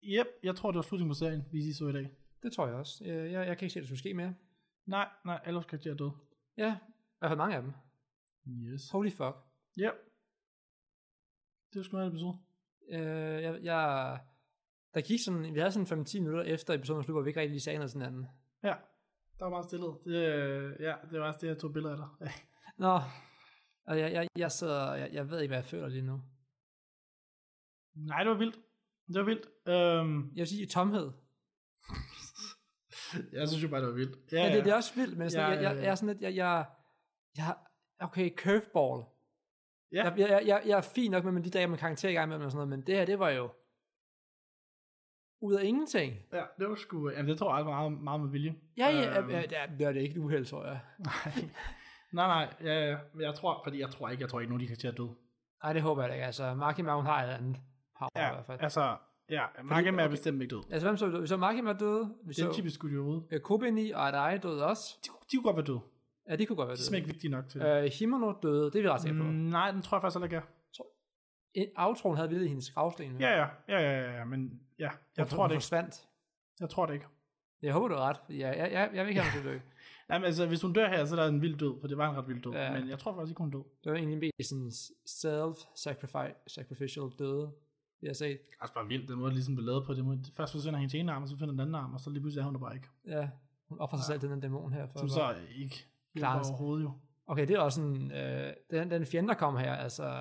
Yep, jeg tror, det var slutningen på serien, vi så i dag. Det tror jeg også. Jeg kan ikke se, at det skulle ske mere. Nej, alle karakterer er døde. Ja, i hvert fald mange af dem. Yes. Holy fuck. Yep. Det var sgu meget episode. Der gik sådan, vi havde sådan 5-10 minutter efter episoden slut, hvor vi ikke rigtig lige sagde noget sådan andet. Ja, der var meget stillhed. Det var også det, jeg tog billeder af dig. Nå, og jeg ved ikke, hvad jeg føler lige nu. Nej, det var vildt. Jeg vil sige tomhed. Jeg synes jo bare, det var vildt. Ja. Det er også vildt, men sådan, jeg er sådan lidt, okay, curveball. Ja. Jeg er fin nok med de dage med karakter i gang med og sådan noget, men det her, det var jo ud af ingenting. Ja, det var sgu, det tror jeg var meget med vilje. Det er det ikke et uheld, tror jeg. Nej, jeg tror ikke nogen af de karakterer er døde. Nej, det håber jeg ikke. Altså, Makima, hun har et andet power i hvert fald. Altså, Makima er bestemt ikke død. Altså, hvem så død? Vi så Makima døde. Den typisk skulle jo ud. Kobeni og Adai døde også. De kunne godt være døde. Ja, de kunne godt være døde. Det er ikke vigtigt nok til. Himeno døde, det er vi ret sikker på. Nej, den tror jeg faktisk ikke er. Outroen havde vildt i hendes gravsten. Ja, men ja, jeg tror det ikke. Forsvandt. Jeg tror det ikke. Jeg håber, du er ret. Jeg vil ikke have ham til at dø. Nej, men altså, hvis hun dør her, så er der en vild død, for det var en ret vild død. Ja. Men jeg tror faktisk ikke, hun død. Det var egentlig mest sådan self-sacrificial døde, jeg har set. Det er også bare vildt, den måde ligesom blev lavet på. Først forsvinder hendes ene arm, og så finder den anden arm, og så lige pludselig er hun der bare ikke. Ja, hun offrer sig selv til den dæmon her. For som så ikke klarer overhovedet jo. Okay, det er også sådan, den fjende, der kommer her, altså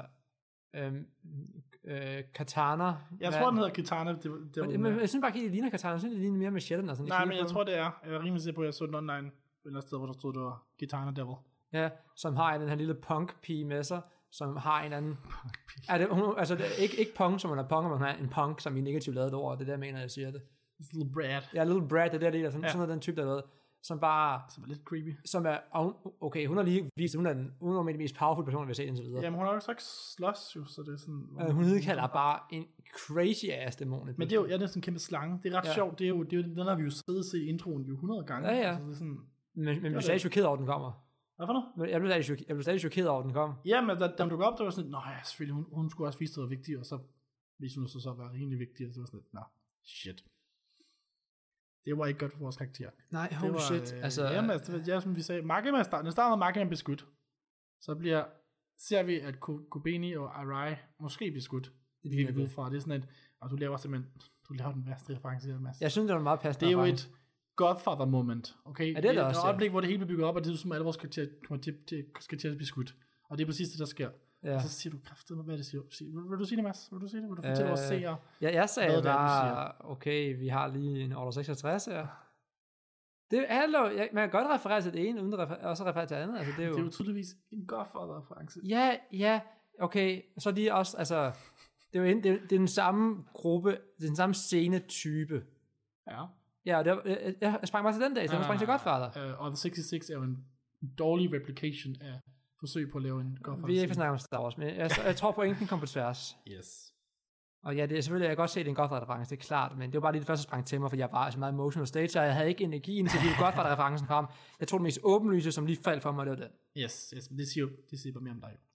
Katana. Jeg tror, den hedder Katana. Men jeg synes bare ikke, det ligner Katana. Jeg synes, det ligner mere Machete. Altså, nej, men jeg tror, det er. Jeg er rimelig sikker på, at jeg så den online et eller andet sted, hvor der stod, det var Katana Devil. Ja, som har den her lille punk-pige med sig, som har en anden... ikke punk, som man er punk, men hun er en punk, som i negativt lavet ord. Det er der, jeg mener, jeg siger det. Little Brad. Ja, Little Brad, det der sådan noget, den type, der er lavet. Som bare... Som er lidt creepy. Som er... Okay, hun har lige vist, hun er en af de mest powerful personer, vi har set indtil videre. Jamen, hun har jo sagt slås jo, så det er sådan... hun hedder bare en crazy ass dæmon. Men det er jo, det er sådan en kæmpe slange. Det er ret sjovt. Det er jo, den har vi jo siddet og set i introen jo 100 gange. Ja. Altså, det er sådan, men vi er stadig chokeret over, den kommer. Hvad for noget? Jeg blev stadig chokeret over, den kom. Ja, men da du går op, der var sådan, ja, selvfølgelig, hun skulle også vise, det var vigtigt, og så viste hun så være rimelig vigtig, og så var sådan lidt, shit. Det var ikke godt for vores karakter. Nej, holy shit. Altså, jamen, som vi sagde, Makima starter med Makima bliver skudt. Så ser vi, at Kobeni og Arai måske bliver skudt. Det kan vi ud fra. Det er sådan et, og du laver den værste reference her, Mads. Jeg synes, det var meget passende. Det er jo et Godfather moment, okay? Ja, det er det også, et øjeblik, hvor det hele bliver bygget op, og det er som alle vores karakterer kommer til at blive skudt. Og det er præcis det, der sker. Ja. Og så siger du kraftedeme, hvad det siger. Vil du sige det, Mads? Vil du sige det? Vil du fortælle vores seere? Ja, jeg sagde bare, okay, vi har lige en Order 66 her. Det er man kan godt referere til det ene, uden at også referere til det andet. Altså, det er jo tydeligvis en Godfather-reference. Ja, okay. Så de også, altså, det er den samme gruppe, det er den samme scenetype. Ja. Ja, jeg sprang bare til den dag, så jeg sprang til Godfather. Og The 66 er jo en dårlig replication af forsøg på at lave en Godfather. Vi er ikke for snakke om Star Wars, men jeg tror på enten kom på tværs. Yes. Og ja, det er selvfølgelig, jeg kan godt se, at det er en Godfather-reference, det er klart, men det var bare lige det første, der sprang til mig, for jeg var så meget emotional stage, så jeg havde ikke energien til at hive Godfather-referencen frem. Jeg tror, det mest åbenlyse, som lige faldt for mig, det var den. Yes, men det siger bare mere om dig jo.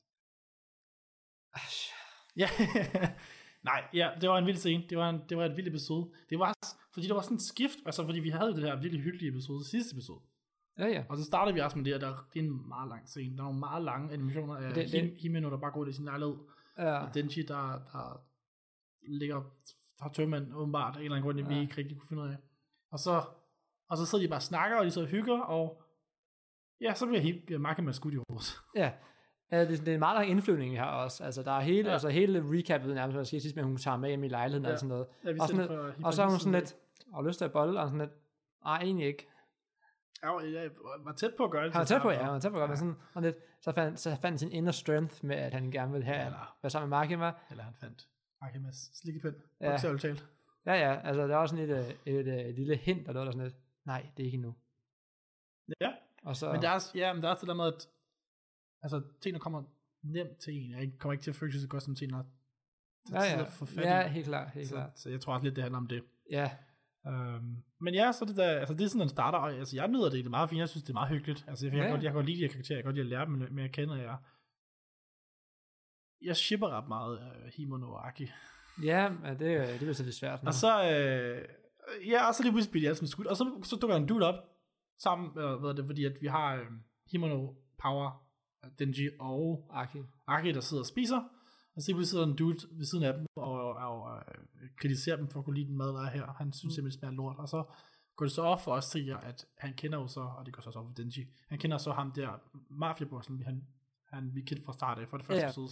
Ja, nej, ja, det var en vild scene, det var et vildt episode. Det var fordi der var sådan et skift, altså fordi vi havde det her virkelig hyggelige episode, sidste episode. Ja. Og så startede vi også med det, det er en meget lang scene, der er nogle meget lange animationer af Himeno, der bare går i sin lejlighed. Ja. Og Denji, der ligger fra tømmermænd, åbenbart, af en eller anden grund, vi ikke rigtig kunne finde ud af. Og så sidder de bare og snakker, og de så hygger, og ja, så bliver Makima skudt i hovedet. Ja, det er en meget lang indflyvning, vi har også. Altså, der er hele recappet nærmest, hvad der sker sidst med, at hun tager med hjem i lejligheden og sådan noget. Ja, og så har hun sådan lidt, lyst til at bolle, og sådan lidt, nej, egentlig ikke. Jeg var tæt på at gøre det. Han var tæt på, ja. Men sådan, så fandt sin inner strength med, at han gerne ville have være sammen med Makima. Eller han fandt Makimas slikkepind. Bogstaveligt. Ja, altså der er også sådan et lille hint, der sådan lidt, nej, det er ikke endnu. Ja, og så, men der er også det der med, at altså, tingene kommer nemt til en. Jeg kommer ikke til at føle sig så godt, som tingene ja, helt klart. Så jeg tror også lidt, det handler om det. Ja. Men ja, så det der, altså det er sådan, den starter, og altså jeg nyder det er meget fint, jeg synes, det er meget hyggeligt. Altså jeg kan godt lide de her karakterer, jeg kan godt lide at lære dem, men jeg kender jeg shipper ret meget Himeno og Aki. Ja, det bliver så lidt svært. Og så, og så lige pludselig bliver de alle sammen skudt, og så dukker en dude op, sammen, fordi at vi har Himeno, Power, Denji og Aki, der sidder og spiser, og så sidder en dude ved siden af dem, og kritiserer dem for at kunne lide den mad, der er her. Han synes simpelthen, det smager lort, og så går det så op for os til, at han kender jo så, og det går så også op for Denji, han kender så ham der, mafiabossen, vi kendte fra start af, for det første episode,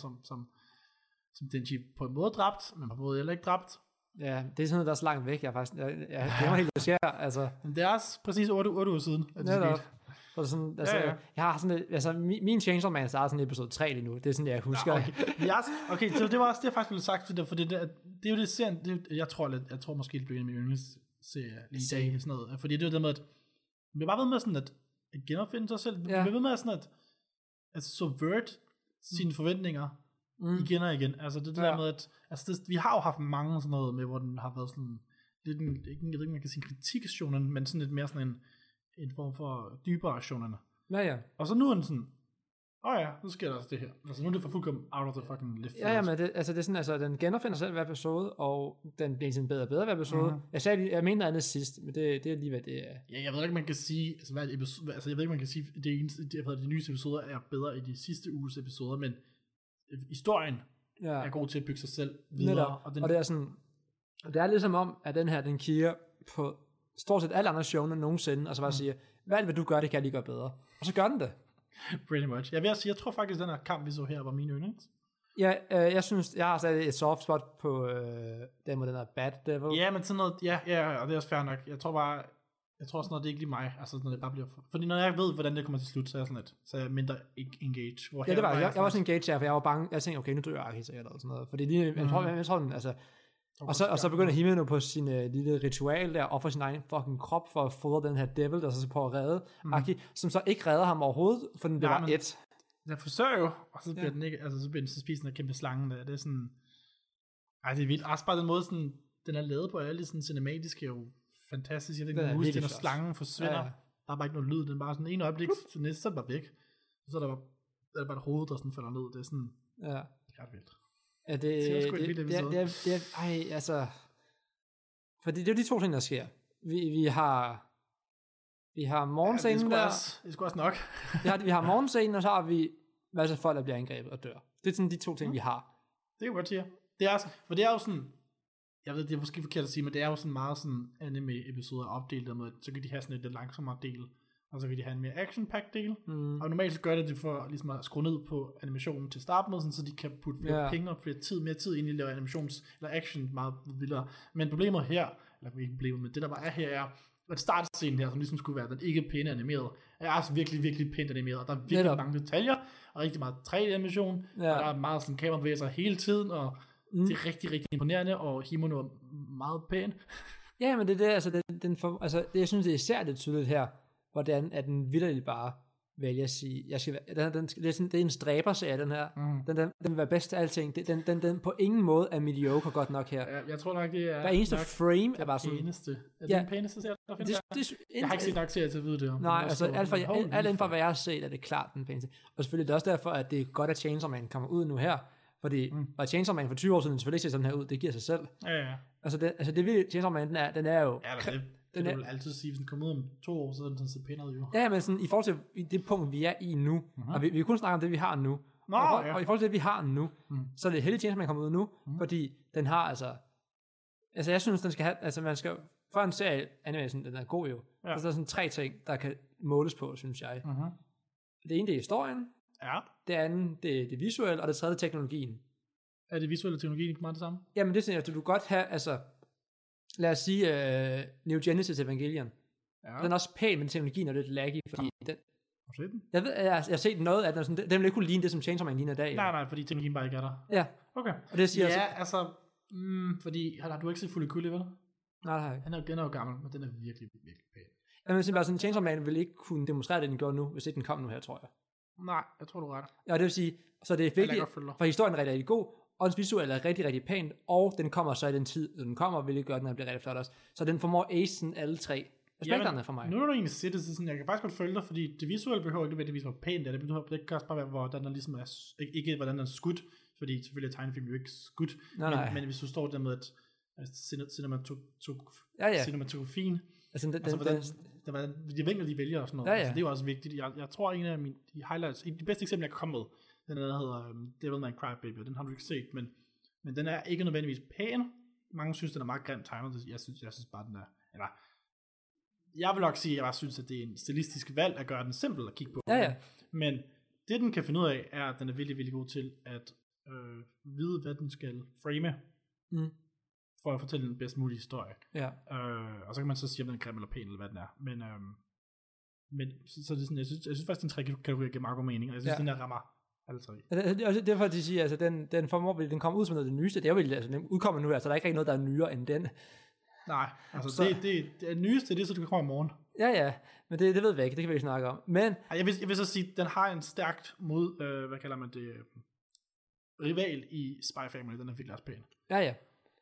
som Denji på en måde dræbt, men på en måde heller ikke dræbt. Ja, det er sådan noget, der er så langt væk, jeg glemmer helt, det sker, altså. Men det er også præcis 8 uger siden, at det skete. Så sådan, altså, jeg har sådan et, altså min Chainsaw Man starter sådan episode 3 lige nu, det er sådan, jeg husker. Okay, så det var også det, jeg faktisk ville sagt, for det er jo det serien, jeg tror måske, det blev en af mine yndlingsserie lige i dag, sådan noget, fordi det er det med, at vi bliver bare ved med sådan, at genopfinde sig selv, vi bliver ved med sådan, at subvert sine forventninger, igen og igen, altså det der med, at altså vi har jo haft mange sådan noget med, hvor den har været sådan, lidt jeg ved ikke, man kan sige kritik af shonen, men sådan lidt mere sådan en form for dybere shonen. Ja. Og så nu er den sådan, nu sker der også det her. Altså nu er det for fuldkommen out of the fucking left. Ja, men det er sådan, altså den genopfinder selv hver episode, og den bliver sådan bedre og bedre hver episode. Jeg mener andet sidst, men det er lige hvad det er. Ja, jeg ved ikke, man kan sige, altså hver episode, altså jeg ved ikke, man kan sige, de nye episoder er bedre i de sidste uges episoder, men historien er god til at bygge sig selv videre. Og det er sådan, det er ligesom om, at den her, den kigger på stort set alle andre shows nogensinde, og så bare siger, hvad er det, du gør, det kan jeg lige gøre bedre. Og så gør den det. Pretty much. Jeg vil sige, jeg tror faktisk, at den her kamp, vi så her, var min yndlings. Ja, jeg synes, jeg har sat et soft spot på den der Bad Devil. Ja, men sådan noget, og det er også fair nok. Jeg tror sådan noget, det er ikke lige mig. Altså, når det bare bliver fordi når jeg ved, hvordan det kommer til slut, så er jeg sådan lidt, så er jeg mindre engage. Ja, det var, jeg var også engage her, for jeg var bange. Jeg tænkte, okay, nu dør Aki eller sådan noget. Fordi lige, jeg tror den, altså, og så begynder Himeno på sin lille ritual der, offer sin egen fucking krop for at fodre den her devil, der så på at redde Aki, som så ikke redder ham overhovedet, for den bliver et. Jeg forsøger jo, og så bliver den ikke, altså så bliver den så spist den kæmpe slange der. Det er sådan, det er vildt. Også bare den måde, sådan, den er lavet på, alle sådan cinematiske jo fantastisk. Jeg ved ikke, den når slangen forsvinder. Ja. Der er bare ikke noget lyd, den er bare sådan en øjeblik, så næste, så er det bare væk. Og så er der bare et hoved, der sådan falder ned. Det er sådan, det er ret vildt. Ja, det er altså, fordi det er jo de to ting, der sker. Vi har morgenscenen der. Det er sgu også nok. vi har morgenscenen, og så har vi masser af folk, der bliver angrebet og dør. Det er sådan de to ting, vi har. Det kan godt sige. Det er også, for det er jo sådan, jeg ved, det er måske forkert at sige, men det er jo sådan meget sådan anime-episoder opdelt med, så kan de have sådan et lidt langsommere del, og så kan de have en mere action-packed del. Og normalt så gør det for ligesom at skrue ned på animationen til start med, så de kan putte flere penge og mere tid ind i at lave animations eller action meget vildere. Men problemet her, eller ikke problemet, men det der bare er her, er at startscenen her, som ligesom skulle være den ikke pæne animeret, er altså virkelig, virkelig pænt animeret. Der er virkelig mange detaljer, og rigtig meget 3D-animation, og der er meget sådan kamerabevægelser hele tiden, og det er rigtig, rigtig imponerende, og Himeno er meget pæn. Ja, men det er det, altså, jeg synes, det er især det tydeligt her, hvordan at den vitterligt bare vælger at sige, det er en stræberserie, den her. Den vil være bedst til alting. Den på ingen måde er mediocre godt nok her. Ja, jeg tror nok, det er... Hver eneste frame er bare sådan... Det eneste. Er det den pæneste serie, der findes? Jeg har ikke set nok serie til at vide det. Nej, altså alt inden for hvad jeg har set, er det klart den pæneste. Og selvfølgelig det er også derfor, at det er godt, at Chainsaw Man kommer ud nu her. Fordi var Chainsaw Man for 20 år siden selvfølgelig ikke set sådan her ud, det giver sig selv. Ja. Altså det vildt, Chainsaw Man, den er jo... Ja, det vil altid sige, hvis den kommer ud om 2 år, så er den så pænere jo. Ja, men sådan, i forhold til det punkt, vi er i nu, og vi kun snakker om det, vi har nu, og i forhold til det, vi har nu, så er det heldigt, at man kommer ud nu, fordi den har altså jeg synes, den skal have, altså man skal, for en serie anime, den er god jo, så der er sådan 3 ting, der kan måles på, synes jeg. Det ene, det er historien, det andet, det er det visuelle, og det tredje, teknologien. Er det visuelle og teknologien ikke meget det samme? Jamen det synes jeg, du godt have, altså lad os sige Neo Genesis Evangelion. Den er også pæn, men teknologien er lidt laggy, fordi den... Jeg ved, jeg har set noget af den, den vil ikke kunne ligne det, som Chainsaw Man ligner i dag. Nej, fordi teknologien bare ikke er der. Ja. Okay. Og det siger fordi har du ikke set Fully Cooley, vel? Nej, det har jeg ikke. Den er jo gammel, men den er virkelig, virkelig pæn. Jeg vil sige bare sådan, Chainsaw Man vil ikke kunne demonstrere det, den gør nu, hvis ikke den kom nu her, tror jeg. Nej, jeg tror du er ret. Ja, det vil sige, så det er vigtigt, for historien er rigtig, rigtig god, og den visuelle er rigtig, rigtig pænt, og den kommer så i den tid, den kommer, hvilket gør, at den bliver rigtig flot også. Så den formår acen alle 3 aspekterne for mig. Nu er du egentlig set det sådan, jeg kan faktisk godt følge dig, fordi det visuelle behøver ikke nødvendigvis være pænt, det behøver ikke også bare være, hvordan den ligesom er, ikke hvordan den er skudt, fordi selvfølgelig er tegnefilm jo ikke skudt, men hvis du står der med, at cinematografien, hvordan de vinkler, de vælger og sådan noget, altså, det er jo også vigtigt. Jeg tror, en af mine highlights, de bedste eksempler, jeg kan komme med, den der hedder Devilman Crybaby, den har du ikke set, men den er ikke nødvendigvis pæn. Mange synes, den er meget grimt tegnet. Jeg synes bare, den er, eller jeg vil nok sige, at jeg bare synes, at det er en stilistisk valg at gøre den simpel at kigge på. Men det, den kan finde ud af, er, at den er virkelig, virkelig god til at vide, hvad den skal frame, for at fortælle den bedst mulige historie. Og så kan man så sige, om den er grim eller pæn, eller hvad den er. Men så er det sådan, jeg synes faktisk, den 3 kategorier giver meget god mening, og jeg synes, den der rammer alle 3. Det er for at sige, altså den kommer ud som noget af det nyeste, det er jo altså, den udkommer nu, altså der er ikke rigtig noget, der er nyere end den. Nej, altså så, det nyeste, det er så, du kan komme i morgen. Ja, men det ved vi ikke, det kan vi ikke snakke om. Men jeg vil så sige, den har en stærkt mod, hvad kalder man det, rival i Spy Family, den er virkelig også pæn. Ja.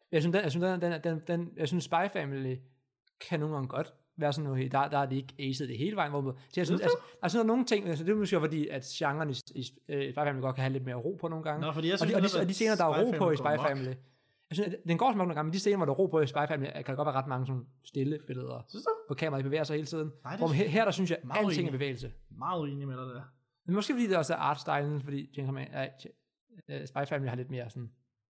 Jeg synes Spy Family kan nogle gange godt være sådan noget, der er det ikke aced det hele vejen. Så jeg synes, altså der er nogle ting, altså det er måske fordi, at genren i Spy Family godt kan have lidt mere ro på nogle gange. Nå, fordi jeg synes, og de scener, der er ro på i Spy Family, jeg synes, den går som nogle gange, men de scener, hvor der er ro på i Spy Family, kan der godt være ret mange sådan stille billeder, hvor kameraet bevæger sig hele tiden. Hvor her der synes jeg, alting er bevægelse. Meget uenig med dig der. Men måske fordi det også er artstylen, fordi Spy Family har lidt mere sådan,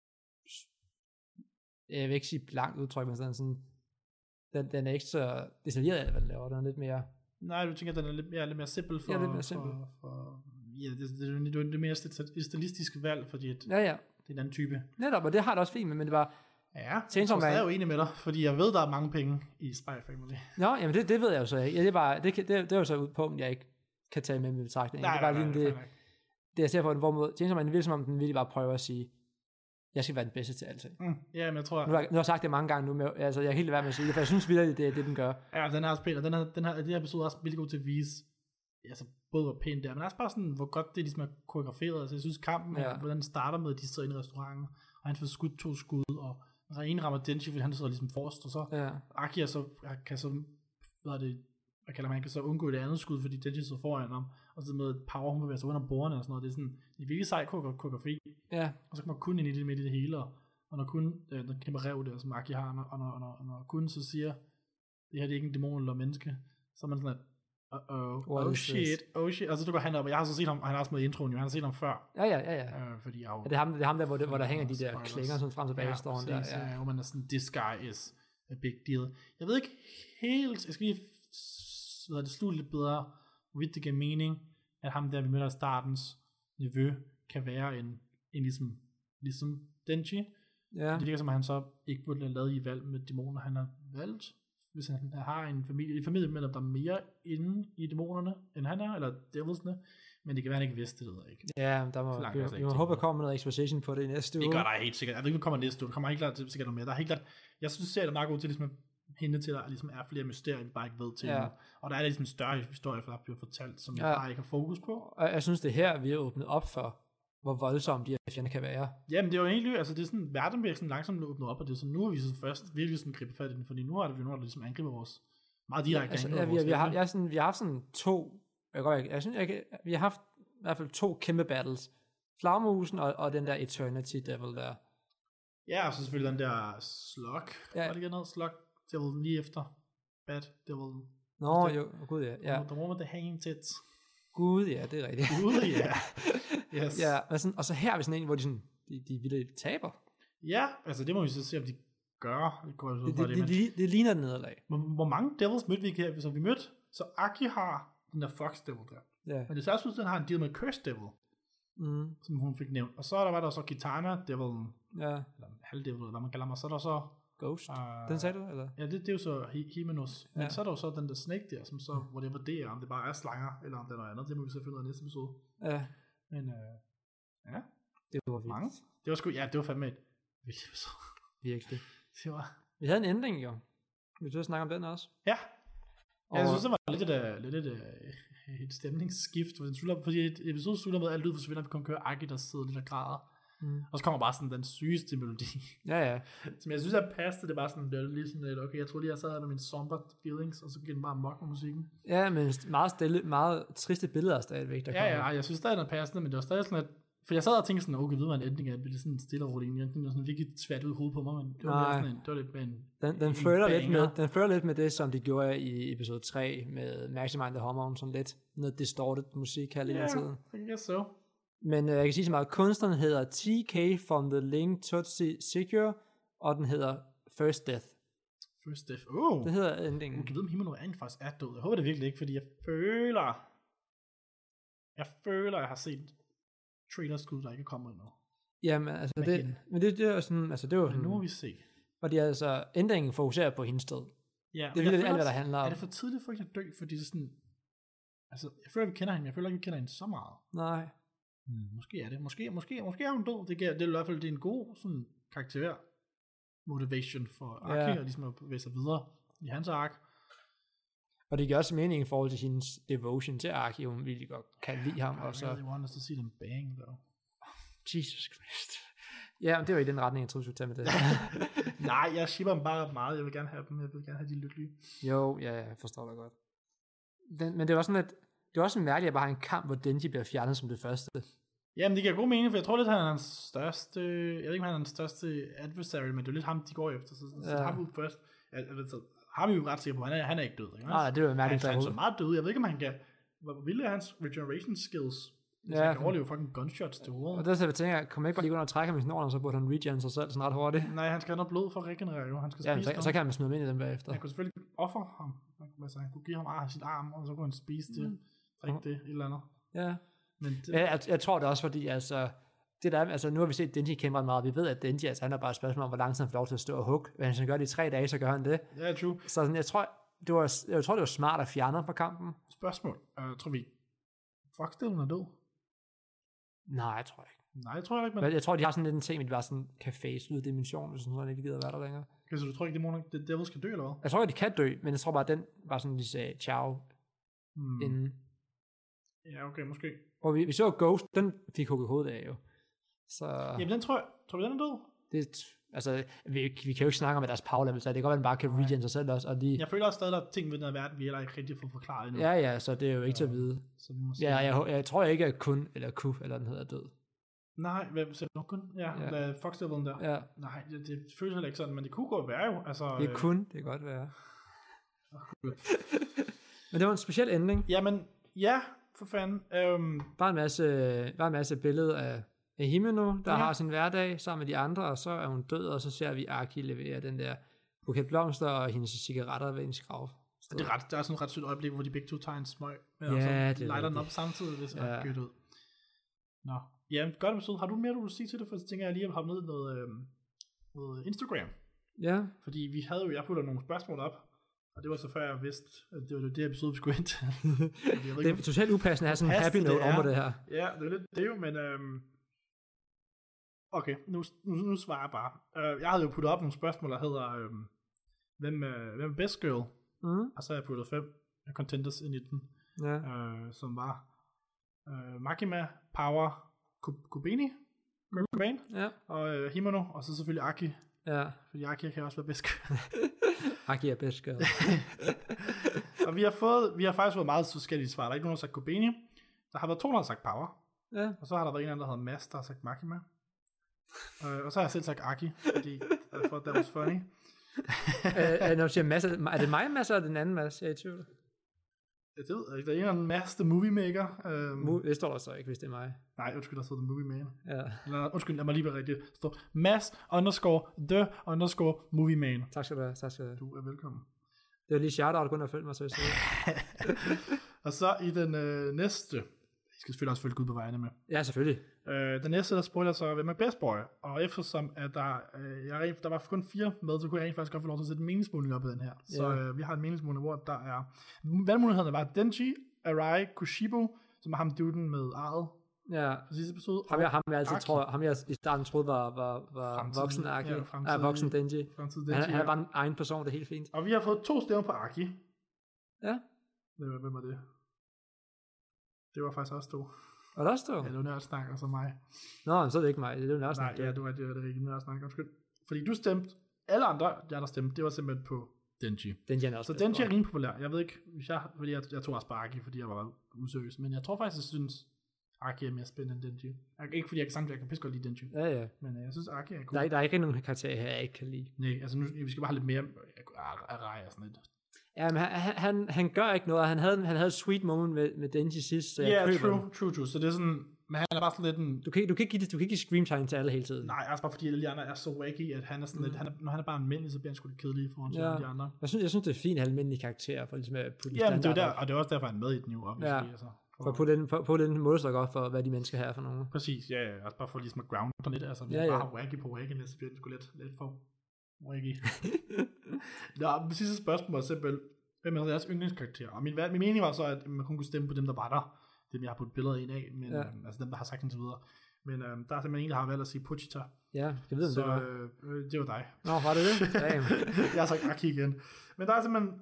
jeg vil ikke sige blankt udtryk, men sådan den er ikke så detaljeret af, hvad den laver. Den er lidt mere... Nej, du tænker, at den er lidt mere simpel for... Ja, lidt mere simpel. Det er mere stilistisk valg, fordi det er en anden type. Netop, og det har det også fint med, men det var... Ja, jeg er jo enig med dig, fordi jeg ved, der er mange penge i Spy Family. Nå, jamen det ved jeg jo så ikke. Det er jo så et punkt, jeg ikke kan tage med betragtning. Det er bare lige det jeg ser på den, hvor Chainsaw Man, det vil som om den virkelig bare prøver at sige, jeg skal være den bedste til alting. Ja, men jeg tror... Nu har jeg sagt det mange gange nu, men altså, jeg er helt værd med at sige det, for jeg synes virkelig, det er det, den gør. Ja, den er også pæn, og den her episode er også virkelig god til at vise, altså både hvor pænt det er, men også bare sådan, hvor godt det ligesom er koreograferet. Altså, jeg synes kampen, hvordan den starter med, at de sidder inde i restauranten, og han får skudt 2 skud, og der er en rammer Denji, fordi han sidder ligesom forrest, og så Aki kan så, hvad kalder man, kan så undgå det andet skud, fordi Denji sidder foran ham, og så med power, hun bevæger sig under bordene og sådan noget. Det er sådan, det er virkelig sej koreografi. Ja. Og så kan man kun ind i det midt i det hele, og når kun, den kæmpe rev der, som Aki har, og når kun så siger, det her det er ikke en dæmon eller menneske, så er man sådan at, oh shit, og så dukker han op, og jeg har så set ham, han har også med i introen, han har set ham før. Ja. Fordi det er ham der, hvor der hænger de der klinger sådan frem og tilbage, står han der. Hvor man er sådan, this guy is a big deal. Jeg ved ikke helt, jeg skal lige slutte lidt bedre, hvorvidt det giver mening, at ham der, vi møder startens nevø, kan være en ligesom Denji. Ja. Det virker som, at han så ikke burde have lavet i valg med dæmoner, han har valgt. Hvis han har en familie med, der er mere inde i dæmonerne, end han er, eller devilsene, men det kan være, han ikke vidste det, ikke. Ja, vi må håbe, at kommer noget exposition på det i næste uge. Det gør der helt sikkert. Jeg ved ikke, kommer næste uge. Der kommer helt klart til sikkert noget mere. Der er helt klart, jeg synes, det er meget godt til ligesom hende til, at der ligesom er flere mysterier, vi bare ikke ved til. Og der er ligesom en større historie, der bliver fortalt, som jeg bare ikke har fokus på. Og jeg synes, det her, vi har åbnet op for, hvor voldsomme de her fjender kan være. Jamen, det er jo egentlig, altså det er sådan, verden bliver sådan langsomt åbnet op, og det er sådan, nu har vi så først virkelig sådan gribe fat i den, fordi nu har vi nogen, der ligesom angriber vores, meget direkte angriber vores. Vi har haft sådan 2, vi har haft i hvert fald 2 kæmpe battles. Flagmusen og den der Eternity Devil der. Ja, og så selvfølgelig den der Slug. Var det ikke noget? Slug Devil lige efter Bad Devil. Nå, jo, gud ja. The one with the hanging tits. Gud ja, det er rigtigt. Gud ja. Yes. Ja, men sådan, og så her er vi sådan en, hvor de vildt taber. Ja, altså det må vi så se, om de gør. Det ligner et nederlag. Hvor mange devils mødte vi ikke her? Så vi mødte, så Aki har den der Fox Devil der. Ja. Men det så også ud, at han har en deal med Curse Devil, som hun fik nævnt. Og så var der så Kitana Devil, eller Halvdevil, eller hvad man kalder mig. Så er der så Ghost, den sagde du, eller? Ja, det er jo så Himenos. Men så er der jo så den der Snake der, som så, hvor det vurderer, om det bare er slanger, eller om det er noget andet. Det må vi så finde ud af næste episode. Ja. Men ja. Det var vildt. Det var sgu, ja, det var fandme et vildt episode. Virkelig. Det var... Vi havde en ending jo. Vi skulle snakke om den også. Ja. Jeg synes, det var lidt et stemningsskift, fordi episoden slutter med alt ud forsvinder, vi kun kører Aki, der sidder lidt og græder. Og så kommer bare sådan den sygeste melodi. Ja. Som jeg synes er passende, det er bare sådan, det er lige sådan lidt, okay, jeg tror lige, jeg sad med mine somber feelings, og så gik den bare mok med musikken. Ja, men meget stille, meget triste billeder stadigvæk, der kommer. Ja, jeg synes stadig, den er passende, men det var stadig sådan, at For jeg sad og tænkte sådan, okay, ved hvad en ending er, det er sådan en stille og rolig, det er sådan virkelig svært ud i hovedet på mig, men det var lidt med en... Den føler lidt med det, som de gjorde i episode 3 med Maximind the Hormone, sådan lidt noget distorted musik her lige tiden. Ja, I guess so. Men jeg kan sige så meget, kunstneren hedder TK from the Ling Tutsi Secure, og den hedder First Death. First Death, det hedder endingen. Jeg kan vide, om Himeno faktisk er død. Jeg håber det virkelig ikke, fordi jeg føler, jeg har set trailerskud, der ikke er kommet endnu. Jamen, altså det er sådan, altså det var sådan, nu må vi se. Fordi altså, endingen fokuserer på hendes død. Ja, det er virkelig alt, hvad der handler om. Er det for tidligt for hende at dø, fordi det er sådan, altså, jeg føler, vi kender hende, men jeg føler ikke, vi kender hende så meget. Nej. Måske er det. Måske er hun død. Det er i hvert fald, det er en god sådan, karakter motivation for Aki, og ligesom at bevæge sig videre i hans ark. Og det giver også mening i forhold til hendes devotion til Aki, hun virkelig godt kan lide ham. I really want us to see them bang, though. Jesus Christ. Ja, det var i den retning, jeg troede, du skulle tage med det. Nej, jeg shipper dem bare meget. Jeg vil gerne have dem. Jeg vil gerne have de lykkelige. Jo, ja, jeg forstår dig godt. Men det var sådan, at det var også mærkeligt at bare have en kamp, hvor Denji bliver fjernet som det første. Jamen, det giver god mening, for jeg tror lidt, han er hans største... Jeg ved ikke, om han er den største adversary, men det er lidt ham, de går efter. Så ham ud først. Så har vi jo ret sikker på, han er ikke død. Ikke? Nej, det var mærkeligt. Han er så meget død. Jeg ved ikke, om han kan... Hvor vildt er hans regeneration skills? Så han kan overleve fucking gunshots til hovedet. Og der så jeg tænker, kommer ikke bare lige gå under og trække ham i snoren, så burde han regen sig selv sådan ret hurtigt. Nej, han skal have noget blod for at regenerere jo. Han skal spise så kan han smide dem ind i dem bagefter. Han kunne selvfølgelig ofre ham. Han kunne give ham sin arm, og så kunne han spise det. Drikke det, et eller andet. Ja. Men det... jeg tror det også, fordi altså... Det der, altså nu har vi set Denji kæmpe meget. Vi ved, at Denji, altså han er bare et spørgsmål om, hvor lang tid han får lov til at stå og hugge. Hvis han gør det i 3 dage, så gør han det. Ja, true. Så sådan, jeg tror, det var smart at fjerne ham fra kampen. Spørgsmål. Tror vi, Foxdalen er død? Nej, jeg tror ikke. Nej, jeg tror ikke, men... Jeg tror, de har sådan lidt en ting, at de bare sådan kan face ud af dimensionen, hvis sådan ikke gider være der længere. Okay, så du tror ikke, det Devil skal dø, eller hvad? Jeg tror ikke, de kan dø, men jeg tror bare, at den var sådan, de sagde ciao inden. Ja, okay, måske. Og vi så Ghost, den fik hugget hovedet af jo. Så... Jamen, den tror vi, den er død? Altså, vi kan jo ikke snakke om, at deres power level, så det kan godt være, at man bare kan regen sig selv også. Og jeg føler også stadig, der er ting ved den her verden, vi heller ikke rigtig får forklaret endnu. Ja, så det er jo ikke til at vide. Jeg tror ikke, at kun, eller Ku, eller den hedder død. Nej, hvem siger du kun? Ja. Foxdevil der. Ja. Nej, det føles heller ikke sådan, men det kunne godt være jo. Altså, det kan godt være. Men det var en speciel ending. Jamen, ja, for fanden. Bare en masse billeder af Himeno, der har sin hverdag sammen med de andre, og så er hun død, og så ser vi Aki levere den der buket blomster og hendes cigaretter ved hendes grav. Det er der er sådan et ret sødt øjeblik, hvor de begge to tager en smøg, og så lighter den op samtidig, det ser godt ud. Nå, ja, godt episode. Har du mere, du vil sige til det? For så tænker jeg lige at hoppe ned i noget Instagram. Ja. Fordi jeg putter nogle spørgsmål op, og det var så før jeg vidste, at det var det episode, vi skulle ind til. Det er totalt upassende at have sådan en happy note over det her. Ja, det er lidt det jo, men okay, nu svarer jeg bare. Jeg havde jo puttet op nogle spørgsmål, der hedder, hvem er best girl? Og så har jeg puttet 5 contenders ind i den, som var Makima, Power, Kubeni, og Himeno, og så selvfølgelig Aki. Ja. Fordi Aki kan også være best girl. Aki er best girl. Og vi har faktisk fået meget forskellige svar. Der er ikke nogen, der har sagt Kubeni. Der har været 2, der har sagt Power. Ja. Og så har der været en anden, der hedder Mads, der har sagt Makima. Og så har jeg selv sagt Aki, fordi that was funny. Når du siger Mads, er det mig Mads, eller den anden Mads? Jeg er i tvivl. Jeg ved ikke, der er en eller anden Mads, the movie maker. Det står der så ikke, hvis det er mig. Nej, undskyld, der står the movie man. Ja. Undskyld, lad mig lige være rigtig. Der står Mads_the_movie man. Tak skal du have. Du er velkommen. Det var lige shout-out, kun at følge mig, så jeg siger. Og så i den næste, I skal selvfølgelig også følge Gud på vejene med. Ja, selvfølgelig. Den næste, der spurgte jeg så, hvem er best boy? Og eftersom at der var kun 4 med, så kunne jeg rent faktisk godt få lov til at sætte en meningsmåling op i den her. Så vi har en meningsmåling, hvor der er... Valgmulighederne var Denji, Arai, Kushibo, som er ham duden med arret. Ja. På sidste episode. Ham jeg i starten troede var voksen Aki. Ja, voksen Denji. Han er bare en egen person, det er helt fint. Og vi har fået 2 stemmer på Aki. Ja. Hvem var det? Det var faktisk også 2. Var det også 2? Ja, det var Nørdsnak og så mig. Nå, så er det ikke mig. Det er Nørdsnak. Nej, ja, det var ikke Nørdsnak. Undskyld. Fordi du stemte, alle andre, der stemte, det var simpelthen på Denji. Så Denji er rimelig populær. Jeg ved ikke, fordi jeg tog også bare Aki, fordi jeg var useriøs. Men jeg tror faktisk, jeg synes, Aki er mere spændende end Denji. Ikke fordi jeg kan pisse godt lide Denji. Ja. Men jeg synes, Aki er cool. Der er ikke nogen karakter her, jeg ikke kan lide. Nej, altså nu, vi skal bare have lidt mere Arai og sådan lidt. Ja, men han gør ikke noget. Han havde et sweet moment med Denji sidst, så jeg køber true. Så det er sådan, men han er bare sådan lidt en... Du kan ikke give scream time til alle hele tiden. Nej, altså bare fordi alle de andre er så wacky, at han er sådan lidt, når han er bare almindelig, så bliver han sgu lidt kedelig foran de andre. Jeg synes, det er fint at have almindelige karakterer, for ligesom at putte men det er der, og det er også derfor, han er med i den jo, obviously. Altså, for på den måde så godt for, hvad de mennesker her er for nogen. Præcis, ja, også bare for ligesom at ground lidt, altså vi bare har wacky på wacky, så bliver det sgu lidt for wacky. Nå, sidste spørgsmål var simpelthen, hvem er deres yndlingskarakter? Og min mening var så, at man kun kunne stemme på dem, der var der. Dem, jeg har puttet billeder ind af, men altså dem, der har sagt den så videre. Men der er simpelthen en, der har valgt at sige Pochita. Ja, jeg ved, om det var. Det var dig. Nå, var det det? Jeg har sagt Aki igen. Men der er simpelthen,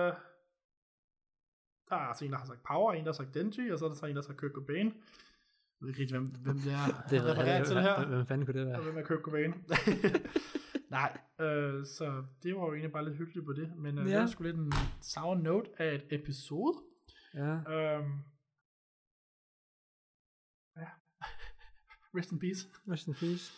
der er altså en, der har sagt Power, en, der har sagt Denji, og så er der så en, der har sagt Kurt Cobain. Jeg ved ikke rigtig, hvem det er. Det refererer til det her. Hvem fanden kunne det være? Og hvem er Kurt Cobain? Nej, så det var jo egentlig bare lidt hyggeligt på det. Men det var sgu lidt en sour note af et episode. Ja. Rest in peace. Rest in peace.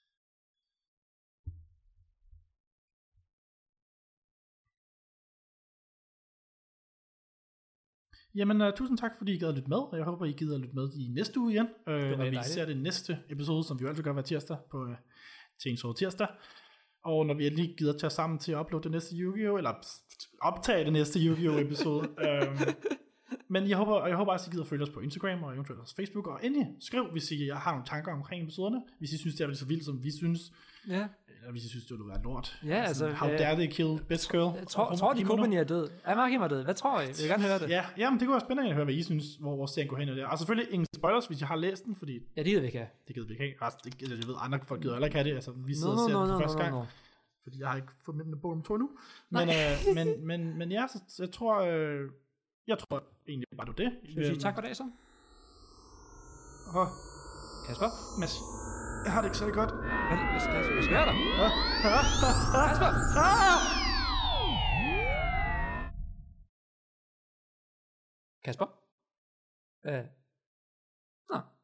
Jamen, tusind tak, fordi I gad at lytte med, og jeg håber, I gider at lytte med i næste uge igen, når vi ser det næste episode, som vi jo altid gør hver tirsdag på Chainsaw tirsdag. Og når vi endelig gider tage sammen til at uploade det næste Yu-Gi-Oh! Eller optage det næste Yu-Gi-Oh! Episode. Men jeg håber også, at I gider at følge os på Instagram og eventuelt også Facebook. Og endelig skriv, hvis I har nogle tanker omkring episoderne. Hvis I synes, det er så vildt, som vi synes. Ja. Eller hvis I synes, det ville være lort. Ja, altså. How dare they kill best girl? Jeg tror de Company er død. Er Markim er død? Hvad tror I? Jeg vil gerne høre det. Ja, jamen, det kunne være spændende at høre, hvad I synes, hvor vores serien går hen og der. Og selvfølgelig ingen spoilers, hvis jeg har læst den, fordi... Ja, det gider vi ikke have. Det gider vi ikke have. Jeg ved, andre folk gider heller ikke have det. Altså, vi sidder og ser den for første gang. Fordi jeg har ikke fået med bog om 2 endnu. Men ja, så jeg tror... Jeg tror egentlig bare, det var det. Skal vi sige tak for dag så? Kasper? Mads, jeg har det ikke særlig godt. Hvad sker der? Kasper! Kasper? Nå.